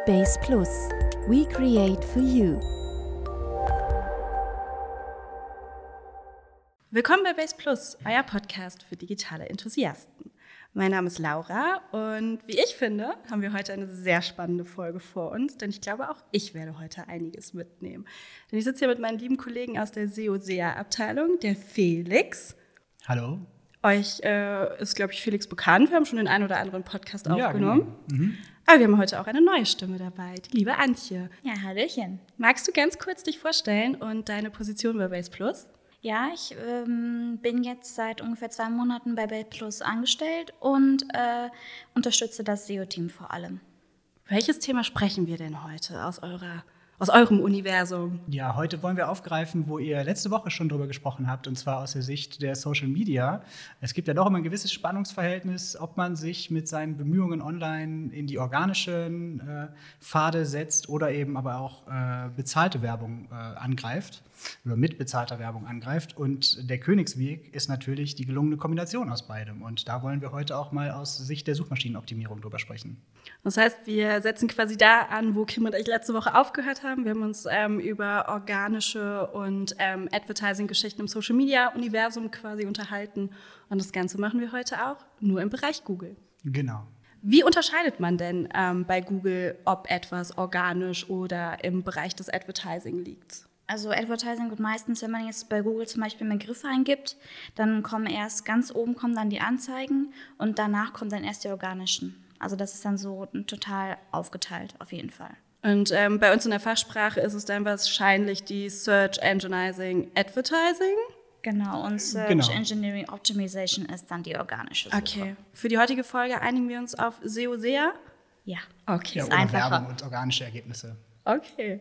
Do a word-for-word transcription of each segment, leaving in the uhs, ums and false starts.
Base Plus. We create for you. Willkommen bei Base Plus, euer Podcast für digitale Enthusiasten. Mein Name ist Laura und wie ich finde, haben wir heute eine sehr spannende Folge vor uns, denn ich glaube, auch ich werde heute einiges mitnehmen. Denn ich sitze hier mit meinen lieben Kollegen aus der S E O-S E A-Abteilung, der Felix. Hallo. Euch äh, ist, glaube ich, Felix bekannt. Wir haben schon den einen oder anderen Podcast Ja, aufgenommen. genau. Mhm. Aber wir haben heute auch eine neue Stimme dabei, die liebe Antje. Ja, hallöchen. Magst du ganz kurz dich vorstellen und deine Position bei Base Plus? Ja, ich ähm, bin jetzt seit ungefähr zwei Monaten bei Base Plus angestellt und äh, unterstütze das S E O-Team vor allem. Welches Thema sprechen wir denn heute aus eurer aus eurem Universum? Ja, heute wollen wir aufgreifen, wo ihr letzte Woche schon drüber gesprochen habt, und zwar aus der Sicht der Social Media. Es gibt ja doch immer ein gewisses Spannungsverhältnis, ob man sich mit seinen Bemühungen online in die organischen äh, Pfade setzt oder eben aber auch äh, bezahlte Werbung äh, angreift oder mit bezahlter Werbung angreift. Und der Königsweg ist natürlich die gelungene Kombination aus beidem. Und da wollen wir heute auch mal aus Sicht der Suchmaschinenoptimierung drüber sprechen. Das heißt, wir setzen quasi da an, wo Kim und ich letzte Woche aufgehört haben. Wir haben uns ähm, über organische und ähm, Advertising-Geschichten im Social-Media-Universum quasi unterhalten. Und das Ganze machen wir heute auch nur im Bereich Google. Genau. Wie unterscheidet man denn ähm, bei Google, ob etwas organisch oder im Bereich des Advertising liegt? Also Advertising wird meistens, wenn man jetzt bei Google zum Beispiel Begriffe eingibt, dann kommen erst ganz oben kommen dann die Anzeigen und danach kommen dann erst die organischen. Also das ist dann so total aufgeteilt, auf jeden Fall. Und ähm, bei uns in der Fachsprache ist es dann wahrscheinlich die Search Engineering Advertising. Genau, und Search Genau. Engineering Optimization ist dann die organische Suche. Okay. Für die heutige Folge einigen wir uns auf S E O-S E A? Ja. Okay. Ja, Ist oder einfacher. Werbung und organische Ergebnisse. Okay.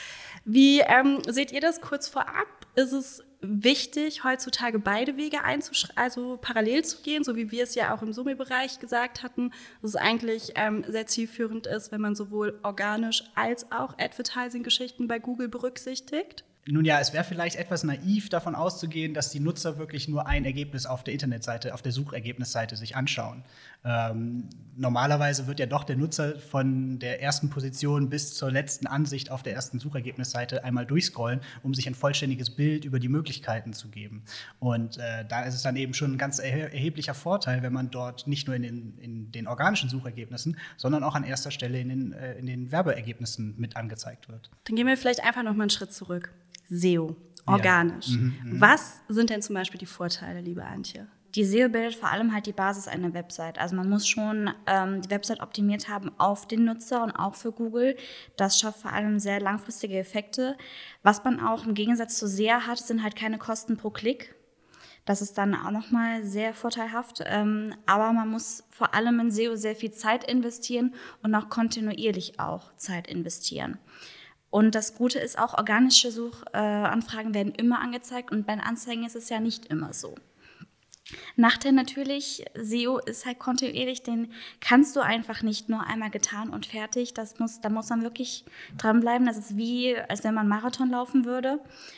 Wie ähm, seht ihr das kurz vorab? Ist es wichtig, heutzutage beide Wege einzuschreiten, also parallel zu gehen, so wie wir es ja auch im Summi-Bereich gesagt hatten, dass es eigentlich ähm, sehr zielführend ist, wenn man sowohl organisch als auch Advertising-Geschichten bei Google berücksichtigt? Nun ja, es wäre vielleicht etwas naiv, davon auszugehen, dass die Nutzer wirklich nur ein Ergebnis auf der Internetseite, auf der Suchergebnisseite sich anschauen. Ähm, normalerweise wird ja doch der Nutzer von der ersten Position bis zur letzten Ansicht auf der ersten Suchergebnisseite einmal durchscrollen, um sich ein vollständiges Bild über die Möglichkeiten zu geben. Und äh, da ist es dann eben schon ein ganz erhe- erheblicher Vorteil, wenn man dort nicht nur in den, in den organischen Suchergebnissen, sondern auch an erster Stelle in den, äh, in den Werbeergebnissen mit angezeigt wird. Dann gehen wir vielleicht einfach noch mal einen Schritt zurück. S E O, organisch. Ja. Mhm, mh. Was sind denn zum Beispiel die Vorteile, liebe Antje? Die S E O bildet vor allem halt die Basis einer Website. Also man muss schon ähm, die Website optimiert haben auf den Nutzer und auch für Google. Das schafft vor allem sehr langfristige Effekte. Was man auch im Gegensatz zu S E A hat, sind halt keine Kosten pro Klick. Das ist dann auch nochmal sehr vorteilhaft. Ähm, aber man muss vor allem in S E O sehr viel Zeit investieren und auch kontinuierlich auch Zeit investieren. Und das Gute ist auch, organische Suchanfragen werden immer angezeigt und bei den Anzeigen ist es ja nicht immer so. Nachteil natürlich, S E O ist halt kontinuierlich, den kannst du einfach nicht nur einmal getan und fertig. Das muss, da muss man wirklich dranbleiben. Das ist wie, als wenn man Marathon laufen würde.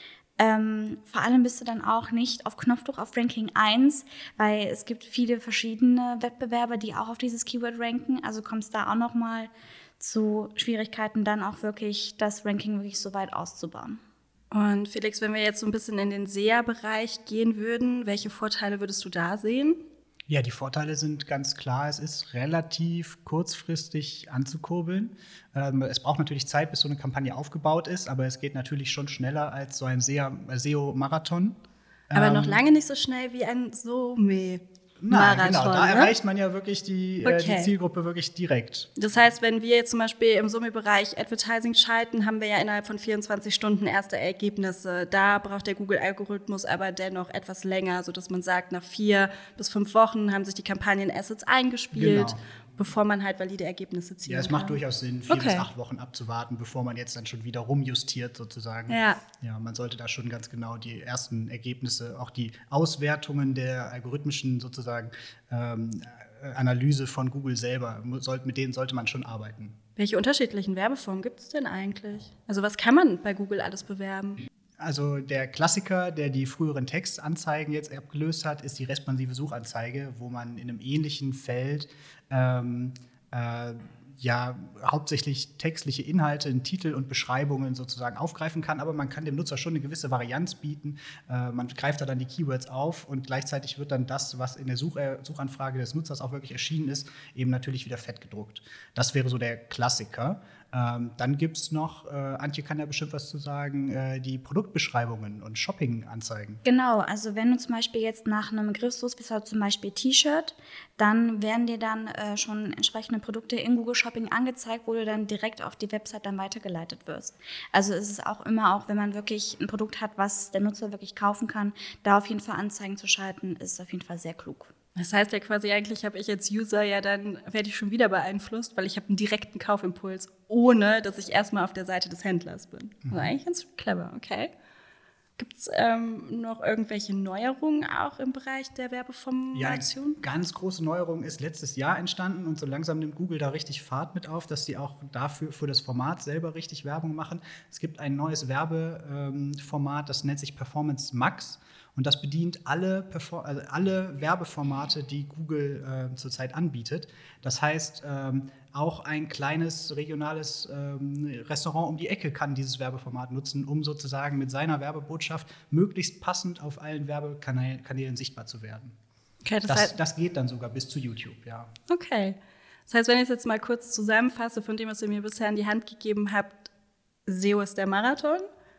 Ähm, vor allem bist du dann auch nicht auf Knopfdruck auf Ranking eins, weil es gibt viele verschiedene Wettbewerber, die auch auf dieses Keyword ranken. Also kommst da auch nochmal zu Schwierigkeiten, dann auch wirklich das Ranking wirklich so weit auszubauen. Und Felix, wenn wir jetzt so ein bisschen in den S E A-Bereich gehen würden, welche Vorteile würdest du da sehen? Ja, die Vorteile sind ganz klar. Es ist relativ kurzfristig anzukurbeln. Ähm, es braucht natürlich Zeit, bis so eine Kampagne aufgebaut ist, aber es geht natürlich schon schneller als so ein S E O-Marathon. Aber ähm, noch lange nicht so schnell wie ein Summi. Nein, Marathon, genau, da ne? erreicht man ja wirklich die, äh, Okay. die Zielgruppe wirklich direkt. Das heißt, wenn wir jetzt zum Beispiel im Summi-Bereich Advertising schalten, haben wir ja innerhalb von vierundzwanzig Stunden erste Ergebnisse. Da braucht der Google-Algorithmus aber dennoch etwas länger, sodass man sagt, nach vier bis fünf Wochen haben sich die Kampagnen-Assets eingespielt, Genau. bevor man halt valide Ergebnisse ziehen Ja, es kann. macht durchaus Sinn, vier Okay. bis acht Wochen abzuwarten, bevor man jetzt dann schon wieder rumjustiert sozusagen. Ja. Ja, man sollte da schon ganz genau die ersten Ergebnisse, auch die Auswertungen der algorithmischen sozusagen ähm, Analyse von Google selber, mit denen sollte man schon arbeiten. Welche unterschiedlichen Werbeformen gibt es denn eigentlich? Also was kann man bei Google alles bewerben? Also der Klassiker, der die früheren Textanzeigen jetzt abgelöst hat, ist die responsive Suchanzeige, wo man in einem ähnlichen Feld ähm, äh, ja hauptsächlich textliche Inhalte, Titel und Beschreibungen sozusagen aufgreifen kann, aber man kann dem Nutzer schon eine gewisse Varianz bieten. Äh, man greift da dann die Keywords auf und gleichzeitig wird dann das, was in der Such- äh, Suchanfrage des Nutzers auch wirklich erschienen ist, eben natürlich wieder fett gedruckt. Das wäre so der Klassiker. Ähm, dann gibt es noch, äh, Antje kann ja bestimmt was zu sagen, äh, die Produktbeschreibungen und Shopping-Anzeigen. Genau, also wenn du zum Beispiel jetzt nach einem Begriff suchst, wie zum Beispiel T-Shirt, dann werden dir dann äh, schon entsprechende Produkte in Google Shopping angezeigt, wo du dann direkt auf die Website dann weitergeleitet wirst. Also es ist auch immer, auch wenn man wirklich ein Produkt hat, was der Nutzer wirklich kaufen kann, da auf jeden Fall Anzeigen zu schalten, ist auf jeden Fall sehr klug. Das heißt ja quasi, eigentlich habe ich als User ja dann, werde ich schon wieder beeinflusst, weil ich habe einen direkten Kaufimpuls, ohne dass ich erstmal auf der Seite des Händlers bin. Mhm. Also eigentlich ganz clever, okay. Gibt es ähm, noch irgendwelche Neuerungen auch im Bereich der Werbeformation? Ja, ganz große Neuerung ist letztes Jahr entstanden und so langsam nimmt Google da richtig Fahrt mit auf, dass sie auch dafür für das Format selber richtig Werbung machen. Es gibt ein neues Werbeformat, das nennt sich Performance Max. Und das bedient alle, Perform- also alle Werbeformate, die Google äh, zurzeit anbietet. Das heißt, ähm, auch ein kleines regionales ähm, Restaurant um die Ecke kann dieses Werbeformat nutzen, um sozusagen mit seiner Werbebotschaft möglichst passend auf allen Werbekanälen sichtbar zu werden. Okay, das, das, heißt, das geht dann sogar bis zu YouTube, ja. Okay. Das heißt, wenn ich es jetzt mal kurz zusammenfasse von dem, was ihr mir bisher in die Hand gegeben habt, S E O ist der Marathon.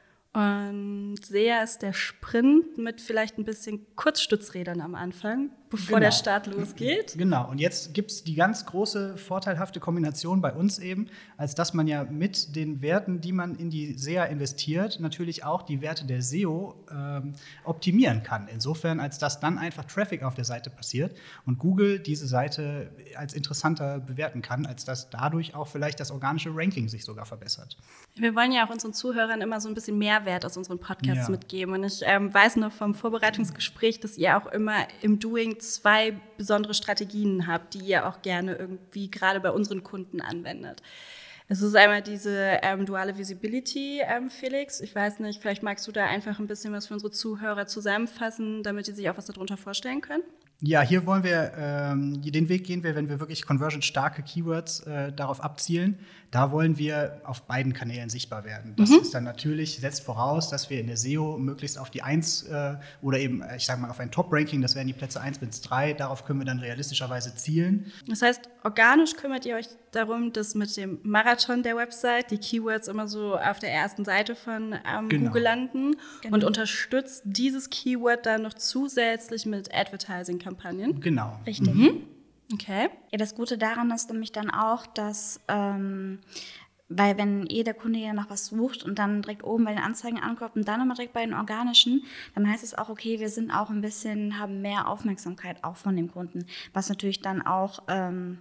Und S E A ist der Sprint mit vielleicht ein bisschen Kurzstützrädern am Anfang, bevor genau. der Start losgeht. Genau, und jetzt gibt es die ganz große, vorteilhafte Kombination bei uns eben, als dass man ja mit den Werten, die man in die S E A investiert, natürlich auch die Werte der S E O ähm, optimieren kann. Insofern, als dass dann einfach Traffic auf der Seite passiert und Google diese Seite als interessanter bewerten kann, als dass dadurch auch vielleicht das organische Ranking sich sogar verbessert. Wir wollen ja auch unseren Zuhörern immer so ein bisschen Mehrwert aus unseren Podcasts ja. mitgeben. Und ich ähm, weiß noch vom Vorbereitungsgespräch, dass ihr auch immer im Doing zwei besondere Strategien habt, die ihr auch gerne irgendwie gerade bei unseren Kunden anwendet. Es ist einmal diese ähm, duale Visibility, ähm, Felix. Ich weiß nicht, vielleicht magst du da einfach ein bisschen was für unsere Zuhörer zusammenfassen, damit die sich auch was darunter vorstellen können. Ja, hier wollen wir, ähm, den Weg gehen wir, wenn wir wirklich conversion-starke Keywords äh, darauf abzielen. Da wollen wir auf beiden Kanälen sichtbar werden. Das mhm. ist dann natürlich, setzt voraus, dass wir in der S E O möglichst auf die eins äh, oder eben, ich sage mal, auf ein Top-Ranking, das wären die Plätze eins bis drei, darauf können wir dann realistischerweise zielen. Das heißt, organisch kümmert ihr euch darum, dass mit dem Marathon der Website die Keywords immer so auf der ersten Seite von ähm, genau. Google landen genau. und unterstützt dieses Keyword dann noch zusätzlich mit Advertising-Kampagnen. Genau. Richtig. Mhm. Okay. Ja, das Gute daran ist nämlich dann auch, dass, ähm, weil wenn jeder Kunde ja nach was sucht und dann direkt oben bei den Anzeigen ankommt und dann immer direkt bei den organischen, dann heißt es auch, okay, wir sind auch ein bisschen, haben mehr Aufmerksamkeit auch von dem Kunden, was natürlich dann auch ähm,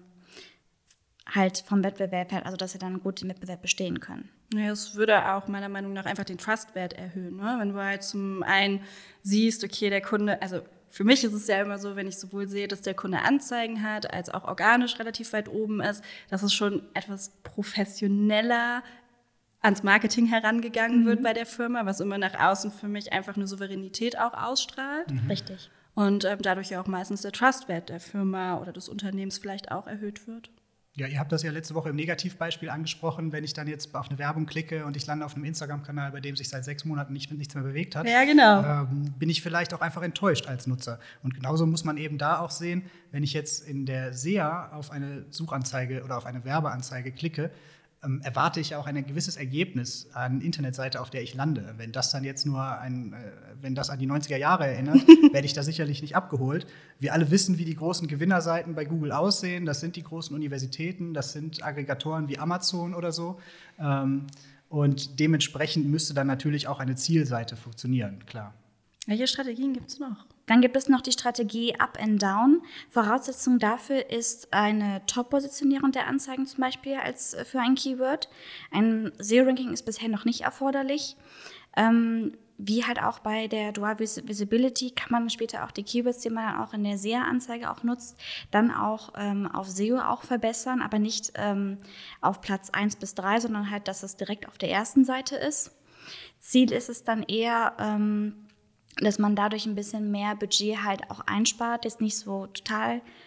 halt vom Wettbewerb her, also dass wir dann gut im Wettbewerb bestehen können. Ja, es würde auch meiner Meinung nach einfach den Trustwert erhöhen, ne? Wenn du halt zum einen siehst, okay, der Kunde, also für mich ist es ja immer so, wenn ich sowohl sehe, dass der Kunde Anzeigen hat, als auch organisch relativ weit oben ist, dass es schon etwas professioneller ans Marketing herangegangen mhm. wird bei der Firma, was immer nach außen für mich einfach eine Souveränität auch ausstrahlt. Mhm. Richtig. Und ähm, dadurch ja auch meistens der Trustwert der Firma oder des Unternehmens vielleicht auch erhöht wird. Ja, ihr habt das ja letzte Woche im Negativbeispiel angesprochen, wenn ich dann jetzt auf eine Werbung klicke und ich lande auf einem Instagram-Kanal, bei dem sich seit sechs Monaten nicht, nichts mehr bewegt hat, ja, genau. ähm, bin ich vielleicht auch einfach enttäuscht als Nutzer. Und genauso muss man eben da auch sehen, wenn ich jetzt in der S E A auf eine Suchanzeige oder auf eine Werbeanzeige klicke, ähm, erwarte ich auch ein gewisses Ergebnis an Internetseite, auf der ich lande. Wenn das dann jetzt nur ein, äh, wenn das an die neunziger Jahre erinnert, werde ich da sicherlich nicht abgeholt. Wir alle wissen, wie die großen Gewinnerseiten bei Google aussehen. Das sind die großen Universitäten, das sind Aggregatoren wie Amazon oder so. Ähm, und dementsprechend müsste dann natürlich auch eine Zielseite funktionieren, klar. Welche Strategien gibt es noch? Dann gibt es noch die Strategie Up and Down. Voraussetzung dafür ist eine Top-Positionierung der Anzeigen zum Beispiel als für ein Keyword. Ein S E O-Ranking ist bisher noch nicht erforderlich. Ähm, wie halt auch bei der Dual Visibility kann man später auch die Keywords, die man dann auch in der S E A-Anzeige auch nutzt, dann auch ähm, auf S E O auch verbessern, aber nicht ähm, auf Platz eins bis drei, sondern halt, dass es direkt auf der ersten Seite ist. Ziel ist es dann eher, ähm, dass man dadurch ein bisschen mehr Budget halt auch einspart, jetzt nicht so total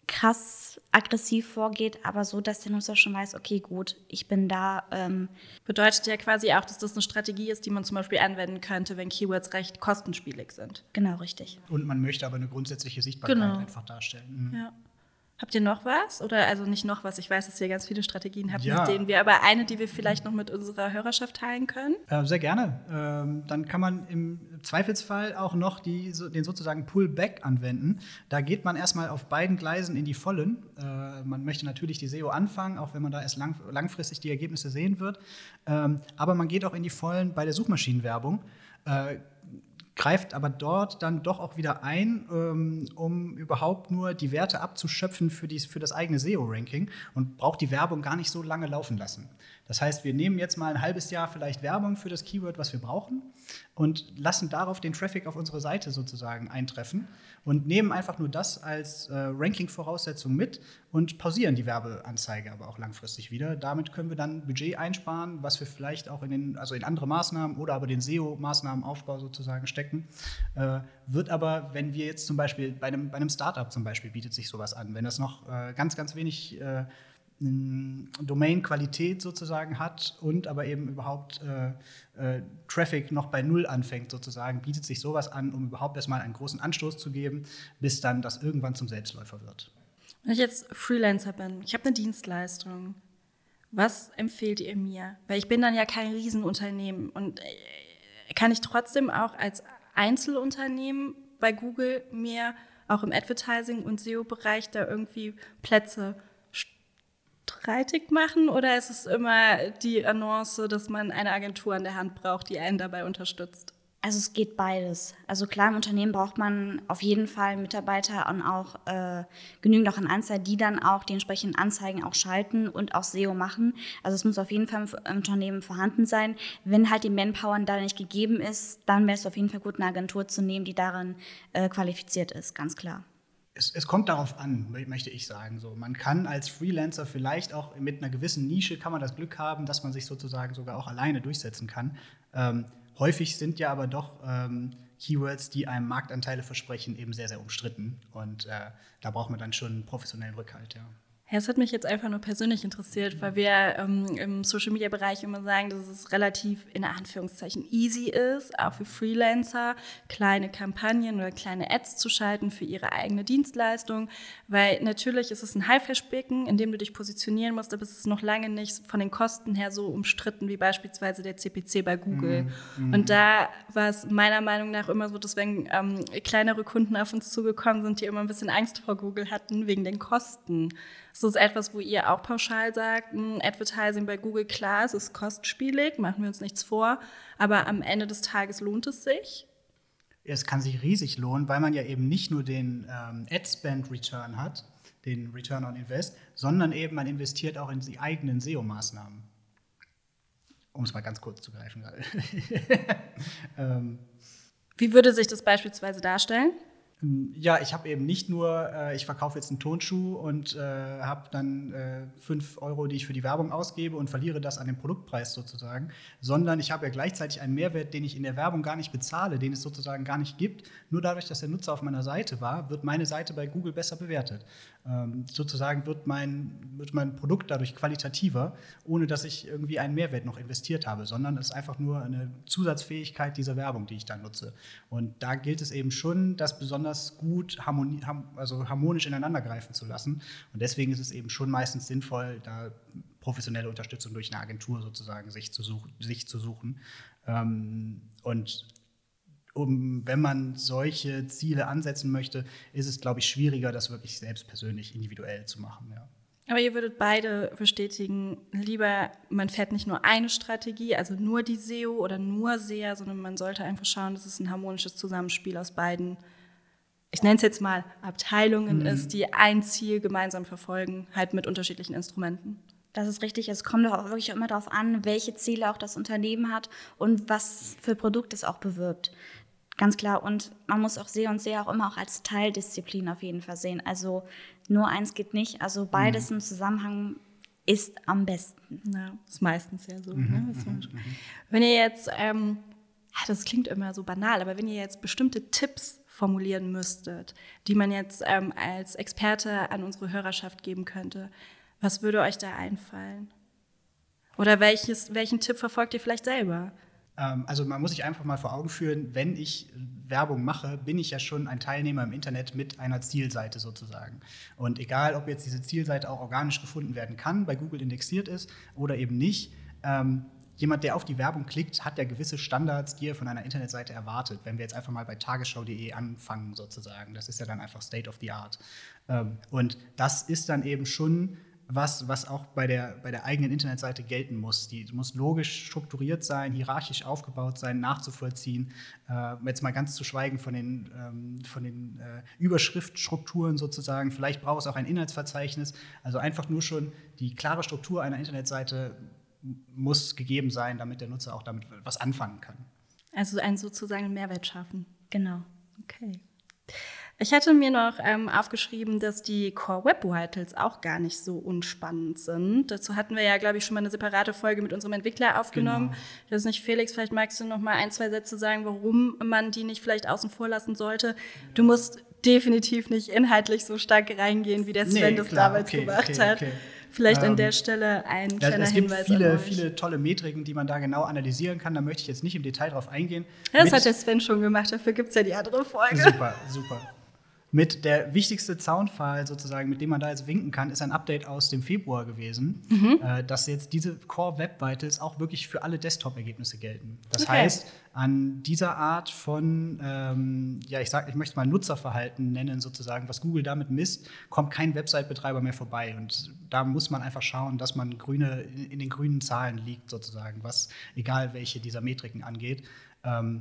krass aggressiv vorgeht, aber so, dass der Nutzer schon weiß, okay, gut, ich bin da. Ähm Bedeutet ja quasi auch, dass das eine Strategie ist, die man zum Beispiel anwenden könnte, wenn Keywords recht kostenspielig sind. Genau, richtig. Und man möchte aber eine grundsätzliche Sichtbarkeit Genau. einfach darstellen. Mhm. Ja. Habt ihr noch was? Oder also nicht noch was, ich weiß, dass ihr ganz viele Strategien habt, Ja. mit denen wir, aber eine, die wir vielleicht noch mit unserer Hörerschaft teilen können? Äh, sehr gerne. Ähm, dann kann man im Zweifelsfall auch noch die, so, den sozusagen Pullback anwenden. Da geht man erstmal auf beiden Gleisen in die Vollen. Äh, man möchte natürlich die S E O anfangen, auch wenn man da erst lang, langfristig die Ergebnisse sehen wird. Ähm, aber man geht auch in die Vollen bei der Suchmaschinenwerbung. Äh, greift aber dort dann doch auch wieder ein, ähm, um überhaupt nur die Werte abzuschöpfen für, die, für das eigene S E O-Ranking und braucht die Werbung gar nicht so lange laufen lassen. Das heißt, wir nehmen jetzt mal ein halbes Jahr vielleicht Werbung für das Keyword, was wir brauchen und lassen darauf den Traffic auf unsere Seite sozusagen eintreffen und nehmen einfach nur das als äh, Ranking-Voraussetzung mit und pausieren die Werbeanzeige aber auch langfristig wieder. Damit können wir dann Budget einsparen, was wir vielleicht auch in, den, also in andere Maßnahmen oder aber den S E O-Maßnahmenaufbau sozusagen stecken. Äh, wird aber, wenn wir jetzt zum Beispiel bei einem, bei einem Startup zum Beispiel bietet sich sowas an, wenn das noch äh, ganz, ganz wenig äh, Domain-Qualität sozusagen hat und aber eben überhaupt äh, äh, Traffic noch bei Null anfängt sozusagen, bietet sich sowas an, um überhaupt erstmal einen großen Anstoß zu geben, bis dann das irgendwann zum Selbstläufer wird. Wenn ich jetzt Freelancer bin, ich habe eine Dienstleistung, was empfehlt ihr mir? Weil ich bin dann ja kein Riesenunternehmen und äh, kann ich trotzdem auch als Einzelunternehmen bei Google mir auch im Advertising- und S E O-Bereich da irgendwie Plätze streitig machen oder ist es immer die Annonce, dass man eine Agentur an der Hand braucht, die einen dabei unterstützt? Also es geht beides. Also klar, im Unternehmen braucht man auf jeden Fall Mitarbeiter und auch äh, genügend auch an Anzeigen, die dann auch die entsprechenden Anzeigen auch schalten und auch S E O machen. Also es muss auf jeden Fall im Unternehmen vorhanden sein. Wenn halt die Manpower da nicht gegeben ist, dann wäre es auf jeden Fall gut, eine Agentur zu nehmen, die darin äh, qualifiziert ist, ganz klar. Es, es kommt darauf an, möchte ich sagen. So, man kann als Freelancer vielleicht auch mit einer gewissen Nische, kann man das Glück haben, dass man sich sozusagen sogar auch alleine durchsetzen kann. Ähm, häufig sind ja aber doch ähm, Keywords, die einem Marktanteile versprechen, eben sehr, sehr umstritten. Und äh, da braucht man dann schon einen professionellen Rückhalt, ja. Ja, es hat mich jetzt einfach nur persönlich interessiert, weil wir ähm, im Social-Media-Bereich immer sagen, dass es relativ in Anführungszeichen easy ist, auch für Freelancer kleine Kampagnen oder kleine Ads zu schalten für ihre eigene Dienstleistung, weil natürlich ist es ein Haifischbecken, in dem du dich positionieren musst, aber es ist noch lange nicht von den Kosten her so umstritten wie beispielsweise der C P C bei Google. Mm, mm. Und da war es meiner Meinung nach immer so, dass wenn ähm, kleinere Kunden auf uns zugekommen sind, die immer ein bisschen Angst vor Google hatten wegen den Kosten. Das ist etwas, wo ihr auch pauschal sagt, Advertising bei Google, klar, es ist kostspielig, machen wir uns nichts vor, aber am Ende des Tages lohnt es sich? Es kann sich riesig lohnen, weil man ja eben nicht nur den ähm, Ad-Spend-Return hat, den Return on Invest, sondern eben man investiert auch in die eigenen S E O-Maßnahmen. Um es mal ganz kurz zu greifen gerade. ähm, Wie würde sich das beispielsweise darstellen? Ja, ich habe eben nicht nur, äh, ich verkaufe jetzt einen Tonschuh und äh, habe dann äh, fünf Euro, die ich für die Werbung ausgebe und verliere das an dem Produktpreis sozusagen, sondern ich habe ja gleichzeitig einen Mehrwert, den ich in der Werbung gar nicht bezahle, den es sozusagen gar nicht gibt. Nur dadurch, dass der Nutzer auf meiner Seite war, wird meine Seite bei Google besser bewertet. Ähm, sozusagen wird mein, wird mein Produkt dadurch qualitativer, ohne dass ich irgendwie einen Mehrwert noch investiert habe, sondern es ist einfach nur eine Zusatzfähigkeit dieser Werbung, die ich dann nutze. Und da gilt es eben schon, das besonders gut harmoni- also harmonisch ineinander greifen zu lassen. Und deswegen ist es eben schon meistens sinnvoll, da professionelle Unterstützung durch eine Agentur sozusagen sich zu, such- sich zu suchen. Ähm, und um, wenn man solche Ziele ansetzen möchte, ist es, glaube ich, schwieriger, das wirklich selbst persönlich individuell zu machen. Ja. Aber ihr würdet beide bestätigen, lieber, man fährt nicht nur eine Strategie, also nur die S E O oder nur S E A, sondern man sollte einfach schauen, dass es ein harmonisches Zusammenspiel aus beiden, ich nenne es jetzt mal Abteilungen, mhm. ist, die ein Ziel gemeinsam verfolgen, halt mit unterschiedlichen Instrumenten. Das ist richtig. Es kommt auch wirklich immer darauf an, welche Ziele auch das Unternehmen hat und was für Produkt es auch bewirbt. Ganz klar. Und man muss auch S E O und S E A auch immer auch als Teildisziplin auf jeden Fall sehen. Also nur eins geht nicht. Also beides mhm. im Zusammenhang ist am besten. Ja, ist meistens ja so. Mhm. Ne? Mhm. Wenn ihr jetzt, ähm, das klingt immer so banal, aber wenn ihr jetzt bestimmte Tipps formulieren müsstet, die man jetzt ähm, als Experte an unsere Hörerschaft geben könnte, was würde euch da einfallen? Oder welches, welchen Tipp verfolgt ihr vielleicht selber? Ähm, also man muss sich einfach mal vor Augen führen, wenn ich Werbung mache, bin ich ja schon ein Teilnehmer im Internet mit einer Zielseite sozusagen. Und egal, ob jetzt diese Zielseite auch organisch gefunden werden kann, bei Google indexiert ist oder eben nicht, ähm, jemand, der auf die Werbung klickt, hat ja gewisse Standards, die er von einer Internetseite erwartet. Wenn wir jetzt einfach mal bei tagesschau punkt de anfangen sozusagen, das ist ja dann einfach State of the Art. Ähm, und das ist dann eben schon was, was auch bei der, bei der eigenen Internetseite gelten muss. Die muss logisch strukturiert sein, hierarchisch aufgebaut sein, nachzuvollziehen. Äh, jetzt mal ganz zu schweigen von den, ähm, von den äh, Überschriftstrukturen sozusagen. Vielleicht braucht es auch ein Inhaltsverzeichnis. Also einfach nur schon die klare Struktur einer Internetseite muss gegeben sein, damit der Nutzer auch damit was anfangen kann. Also einen sozusagen Mehrwert schaffen. Genau. Okay. Ich hatte mir noch ähm, aufgeschrieben, dass die Core Web Vitals auch gar nicht so unspannend sind. Dazu hatten wir ja, glaube ich, schon mal eine separate Folge mit unserem Entwickler aufgenommen. Genau. Das ist nicht Felix, vielleicht magst du noch mal ein, zwei Sätze sagen, warum man die nicht vielleicht außen vor lassen sollte. Du musst definitiv nicht inhaltlich so stark reingehen, wie der Sven nee, das klar, damals okay, gemacht okay, hat. Okay. Vielleicht ähm, an der Stelle ein ja, kleiner es gibt Hinweis viele, an euch. viele tolle Metriken, die man da genau analysieren kann. Da möchte ich jetzt nicht im Detail drauf eingehen. Ja, das Mit hat der Sven schon gemacht, dafür gibt es ja die andere Folge. Super, super. Mit der wichtigste Zaunpfahl sozusagen, mit dem man da jetzt winken kann, ist ein Update aus dem Februar gewesen, mhm. äh, dass jetzt diese Core Web Vitals auch wirklich für alle Desktop-Ergebnisse gelten. Das okay. heißt, an dieser Art von, ähm, ja, ich sag, ich möchte es mal Nutzerverhalten nennen sozusagen, was Google damit misst, kommt kein Website-Betreiber mehr vorbei. Und da muss man einfach schauen, dass man grüne, in den grünen Zahlen liegt sozusagen, was egal welche dieser Metriken angeht. Ähm,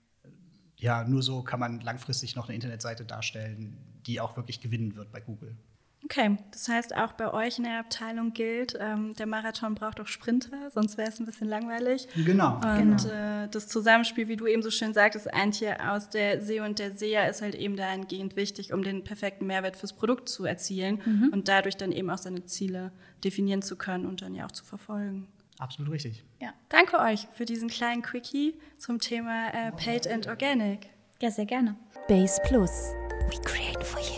Ja, nur so kann man langfristig noch eine Internetseite darstellen, die auch wirklich gewinnen wird bei Google. Okay, das heißt, auch bei euch in der Abteilung gilt, ähm, der Marathon braucht auch Sprinter, sonst wäre es ein bisschen langweilig. Genau. Und genau. Äh, das Zusammenspiel, wie du eben so schön sagtest, Antje, aus der S E O und der S E A ist halt eben dahingehend wichtig, um den perfekten Mehrwert fürs Produkt zu erzielen mhm. und dadurch dann eben auch seine Ziele definieren zu können und dann ja auch zu verfolgen. Absolut richtig. Ja. Danke euch für diesen kleinen Quickie zum Thema äh, Paid and Organic. Ja, sehr gerne. Base Plus. We create for you.